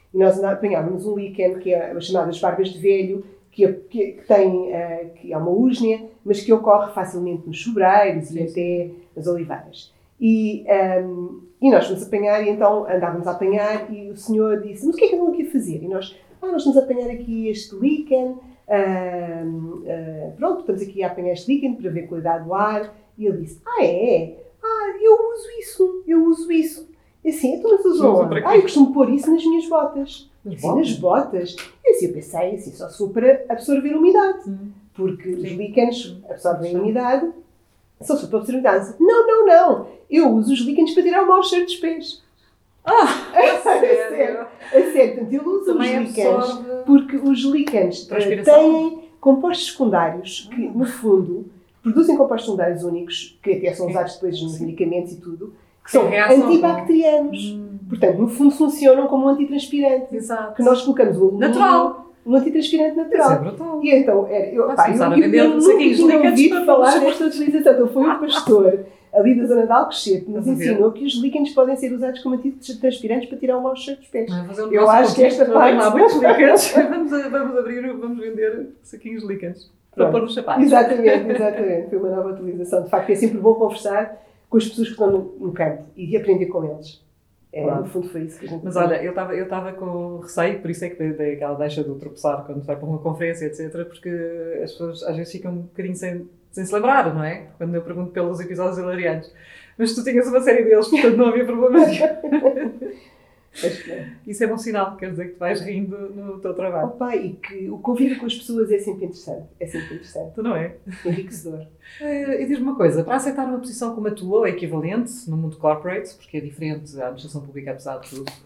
E nós apanhávamos um líquen, que é chamado as barbas de velho, que, é, que, que, tem, uh, que é uma úsnea, mas que ocorre facilmente nos sobreiros e até nas oliveiras. E, um, e nós fomos apanhar, e então andávamos a apanhar, e o senhor disse, mas o que é que andam aqui a fazer? E nós, ah, nós estamos a apanhar aqui este líquen, uh, uh, pronto, estamos aqui a apanhar este líquen para ver a qualidade do ar. E ele disse, ah, é? Ah, eu uso isso, eu uso isso. E assim, então mas usou onde? Ah, eu costumo pôr isso nas minhas botas. Nas assim, botas? Nas botas. E assim, eu pensei, assim, só se for para absorver umidade. Hum. Porque Sim. os líquenes absorvem a umidade, só se for para absorver umidade. Não, não, não. Eu uso os líquenes para tirar o mau cheiro dos pés. Ah, a sério? A sério. Portanto, eu uso Também os líquenes absorve... porque os líquenes têm compostos secundários que, no fundo, produzem compostos secundários únicos, que até são usados depois nos medicamentos e tudo, que são antibacterianos. Hum. Portanto, no fundo, funcionam como um antitranspirante. Exato. Que nós colocamos o alumínio... Natural. Um antitranspirante natural. Isso é brutal. E então, era, eu, pá, eu, eu, eu, eu nunca tinha ouvido falar desta utilização. Então, foi um pastor ali da zona de Alcochete que nos ensinou que os líquenes podem ser usados como antitranspirantes para tirar o mau cheiro dos pés. Um eu acho que esta parte... Há muitos líquens. vamos, vamos abrir, vamos vender saquinhos de líquens para pôr nos sapatos. Exatamente, exatamente. Foi uma nova utilização. De facto, é sempre bom conversar com as pessoas que estão no, no campo e aprender com eles. É, claro. No fundo foi isso que a gente... Mas olha, eu estava eu estava com receio, por isso é que dei, dei aquela deixa de tropeçar quando vai para uma conferência, etcétera, porque as pessoas às vezes ficam um bocadinho sem, sem se lembrar, não é? Quando eu pergunto pelos episódios hilariantes. Mas tu tinhas uma série deles, portanto não havia problema nenhum. Isso é bom sinal, quer dizer que tu vais rindo no teu trabalho. Opa, e que o convívio com as pessoas é sempre interessante. É sempre interessante. Tu não é? Enriquecedor. E diz-me uma coisa, para aceitar uma posição como a tua, ou equivalente, no mundo corporate, porque é diferente da administração pública, apesar de tudo,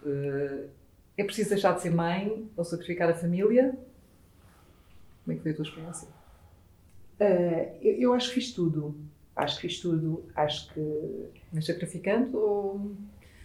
é preciso deixar de ser mãe ou sacrificar a família? Como é que foi a tua experiência? Uh, eu, eu acho que fiz tudo. Acho que fiz tudo. Acho que... Mas sacrificando ou...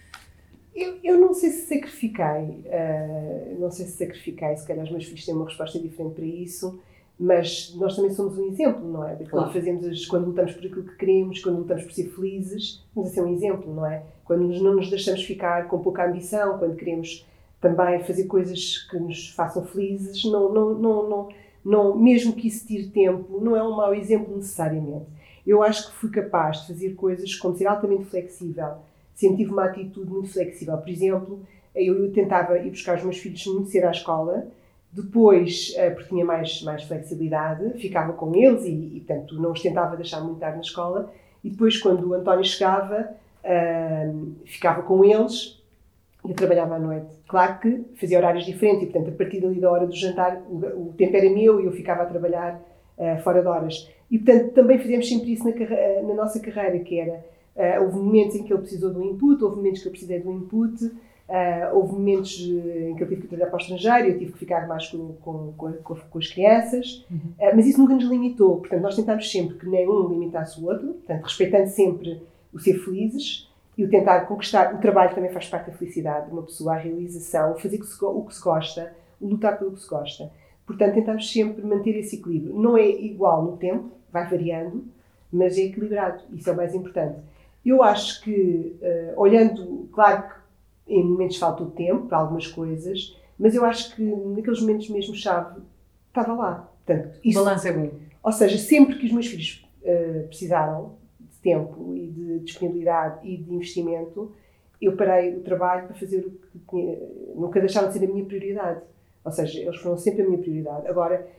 Eu, eu não sei se sacrifiquei, uh, não sei se sacrifiquei, se calhar os meus filhos têm uma resposta diferente para isso, mas nós também somos um exemplo, não é? Porque claro. Quando fazemos, quando lutamos por aquilo que queremos, quando lutamos por ser felizes, estamos a ser um exemplo, não é? Quando nos, não nos deixamos ficar com pouca ambição, quando queremos também fazer coisas que nos façam felizes, não, não, não, não, não, mesmo que isso tire tempo, não é um mau exemplo necessariamente. Eu acho que fui capaz de fazer coisas como ser altamente flexível. Sempre tive uma atitude muito flexível. Por exemplo, eu tentava ir buscar os meus filhos muito cedo à escola, depois, porque tinha mais, mais flexibilidade, ficava com eles e, e, portanto, não os tentava deixar muito tarde na escola. E depois, quando o António chegava, uh, ficava com eles e eu trabalhava à noite. Claro que fazia horários diferentes e, portanto, a partir dali da hora do jantar, o, o tempo era meu e eu ficava a trabalhar uh, fora de horas. E, portanto, também fizemos sempre isso na, carre- na nossa carreira, que era... Uh, houve momentos em que ele precisou de um input, houve momentos que eu precisei de um input, uh, houve momentos em que ele teve que trabalhar para o estrangeiro e eu tive que ficar mais com, com, com, com as crianças, uhum. uh, mas isso nunca nos limitou. Portanto, nós tentámos sempre que nenhum limitasse o outro, portanto, respeitando sempre o ser felizes e o tentar conquistar. O trabalho também faz parte da felicidade de uma pessoa, a realização, fazer o que se gosta, lutar pelo que se gosta. Portanto, tentamos sempre manter esse equilíbrio. Não é igual no tempo, vai variando, mas é equilibrado. Isso é o mais importante. Eu acho que, uh, olhando, claro que em momentos faltou tempo para algumas coisas, mas eu acho que naqueles momentos mesmo chave estava lá. Portanto, isso, o balanço é bom. Ou seja, sempre que os meus filhos uh, precisaram de tempo e de disponibilidade e de investimento, eu parei o trabalho para fazer o que tinha, nunca deixaram de ser a minha prioridade. Ou seja, eles foram sempre a minha prioridade. Agora,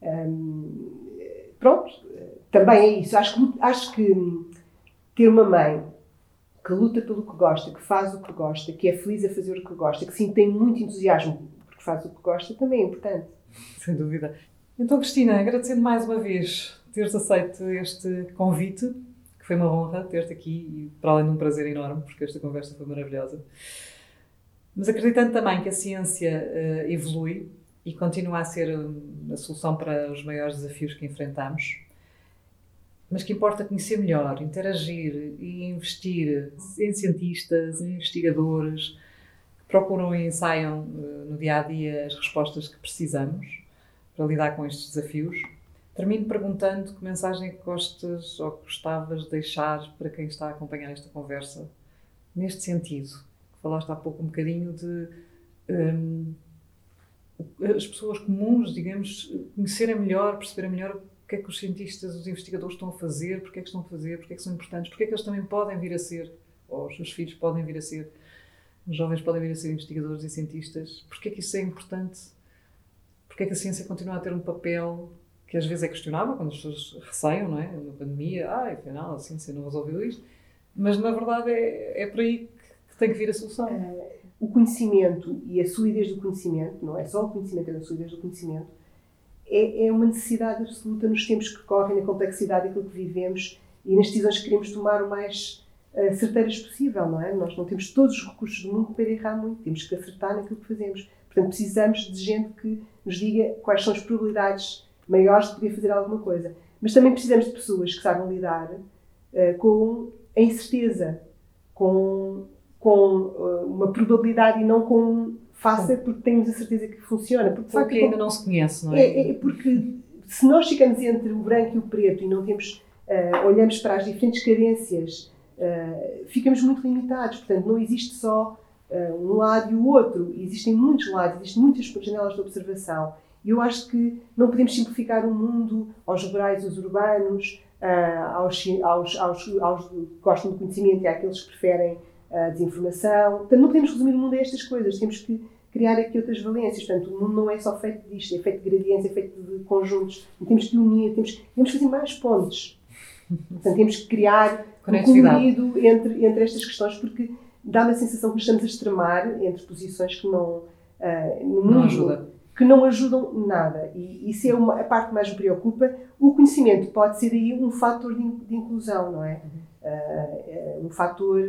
um, pronto, também é isso. Acho que, acho que ter uma mãe que luta pelo que gosta, que faz o que gosta, que é feliz a fazer o que gosta, que sim tem muito entusiasmo porque faz o que gosta, também é importante. Sem dúvida. Então, Cristina, agradecendo mais uma vez teres aceito este convite, que foi uma honra ter-te aqui e para além de um prazer enorme, porque esta conversa foi maravilhosa. Mas acreditando também que a ciência uh, evolui e continua a ser a solução para os maiores desafios que enfrentamos, mas que importa conhecer melhor, interagir e investir em cientistas, em investigadores que procuram e ensaiam uh, no dia-a-dia as respostas que precisamos para lidar com estes desafios. Termino perguntando que mensagem é que gostas ou gostavas de deixar para quem está a acompanhar esta conversa neste sentido. Falaste há pouco um bocadinho de um, as pessoas comuns, digamos, conhecerem melhor, perceberem melhor o que é que os cientistas, os investigadores estão a fazer, porque é que estão a fazer, porque é que são importantes, porque é que eles também podem vir a ser, ou os seus filhos podem vir a ser, os jovens podem vir a ser investigadores e cientistas, porque é que isso é importante, porque é que a ciência continua a ter um papel que às vezes é questionável, quando as pessoas receiam, não é? Na pandemia, ah, afinal, a ciência não resolveu isto, mas na verdade é, é por aí que tem que vir a solução. Uh, o conhecimento e a solidez do conhecimento, não é só o conhecimento, é a solidez do conhecimento, é, é uma necessidade absoluta nos tempos que correm, na complexidade daquilo que vivemos e nas decisões que queremos tomar o mais uh, certeiras possível, não é? Nós não temos todos os recursos do mundo para errar muito, temos que acertar naquilo que fazemos. Portanto, precisamos de gente que nos diga quais são as probabilidades maiores de poder fazer alguma coisa. Mas também precisamos de pessoas que saibam lidar uh, com a incerteza, com, com uh, uma probabilidade e não com faça porque temos a certeza que funciona. Porque, de facto, porque ainda não se conhece, não é? É, é porque se nós ficamos entre o branco e o preto e não temos, uh, olhamos para as diferentes carências, uh, ficamos muito limitados. Portanto, não existe só uh, um lado e o outro. Existem muitos lados, existem muitas janelas de observação. E eu acho que não podemos simplificar o mundo aos rurais e aos urbanos, uh, aos, aos, aos, aos que gostam do conhecimento e àqueles que preferem a desinformação. Portanto, não podemos resumir o mundo a estas coisas. Temos que criar aqui outras valências. Portanto, o mundo não é só feito disto, é feito de gradientes, é feito de conjuntos. Temos que unir, temos, temos que fazer mais pontes. Portanto, temos que criar um colorido entre, entre estas questões, porque dá-me a sensação que nos estamos a extremar entre posições que não, uh, no mundo, não ajuda. que não ajudam nada. E isso é uma, a parte que mais me preocupa. O conhecimento pode ser aí um fator de, de inclusão, não é? Uh, um fator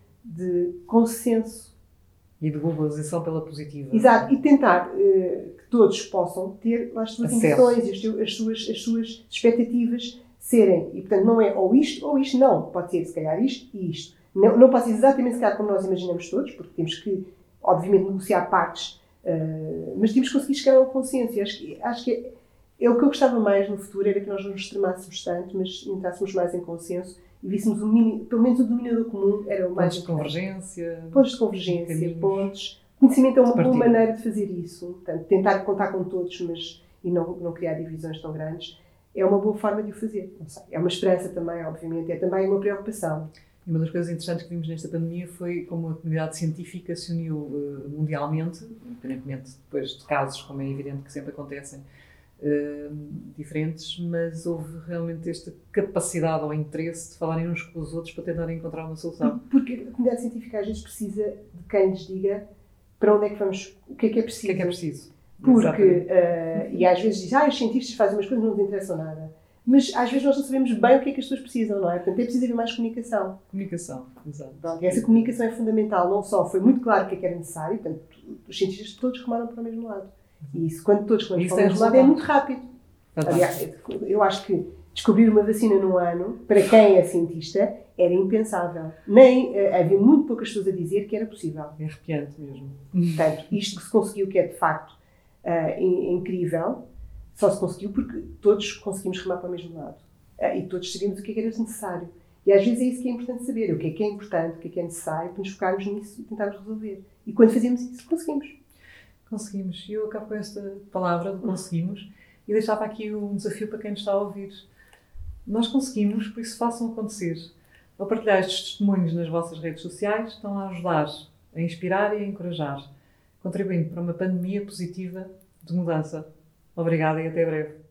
de consenso. E de globalização pela positiva. Exato. E tentar uh, que todos possam ter as suas intenções e as, as, suas, as suas expectativas serem. E, portanto, não é ou isto ou isto, não. Pode ser, se calhar, isto e isto. Não, não pode ser exatamente, se calhar, como nós imaginamos todos, porque temos que, obviamente, negociar partes. Uh, mas temos que conseguir chegar ao consenso. E acho que, acho que é, é o que eu gostava mais no futuro, era que nós não nos extremássemos tanto, mas entrássemos mais em consenso e víssemos um mini, pelo menos o denominador comum era o mais pontos de convergência. Pontos de convergência, pontos. Conhecimento é uma boa maneira de fazer isso. Portanto, tentar contar com todos, mas e não, não criar divisões tão grandes, é uma boa forma de o fazer. Não sei. É uma esperança também, obviamente, é também uma preocupação. E uma das coisas interessantes que vimos nesta pandemia foi como a comunidade científica se uniu uh, mundialmente, independentemente depois de casos, como é evidente que sempre acontecem, uh, diferentes, mas houve realmente esta capacidade ou interesse de falarem uns com os outros para tentarem encontrar uma solução. Porque a comunidade científica às vezes precisa de quem lhes diga para onde é que vamos, o que é que é preciso. O que é que é preciso. Porque, uh, e às vezes dizem, ah, os cientistas fazem umas coisas que não nos interessam nada. Mas às vezes nós não sabemos bem o que é que as pessoas precisam, não é? Portanto, é preciso haver mais comunicação. Comunicação, exato. Pronto, e essa comunicação é fundamental. Não só foi muito claro o que é que era necessário, portanto, os cientistas todos remaram para o mesmo lado. E isso, quando todos remamos para o mesmo lado, é muito rápido. Aliás, eu acho que descobrir uma vacina num ano, para quem é cientista, era impensável. Nem uh, havia muito poucas pessoas a dizer que era possível. É arrepiante mesmo. Portanto, isto que se conseguiu, que é de facto uh, incrível, só se conseguiu porque todos conseguimos remar para o mesmo lado. Uh, e todos sabíamos o que é que era necessário. E às vezes é isso que é importante saber. O que é que é importante, o que é que é necessário, para nos focarmos nisso e tentarmos resolver. E quando fazemos isso, conseguimos. Conseguimos. E eu acabo com esta palavra de conseguimos e deixava aqui um desafio para quem nos está a ouvir. Nós conseguimos, por isso façam acontecer. Ao partilhar estes testemunhos nas vossas redes sociais, estão a ajudar, a inspirar e a encorajar, contribuindo para uma pandemia positiva de mudança. Obrigada e até breve.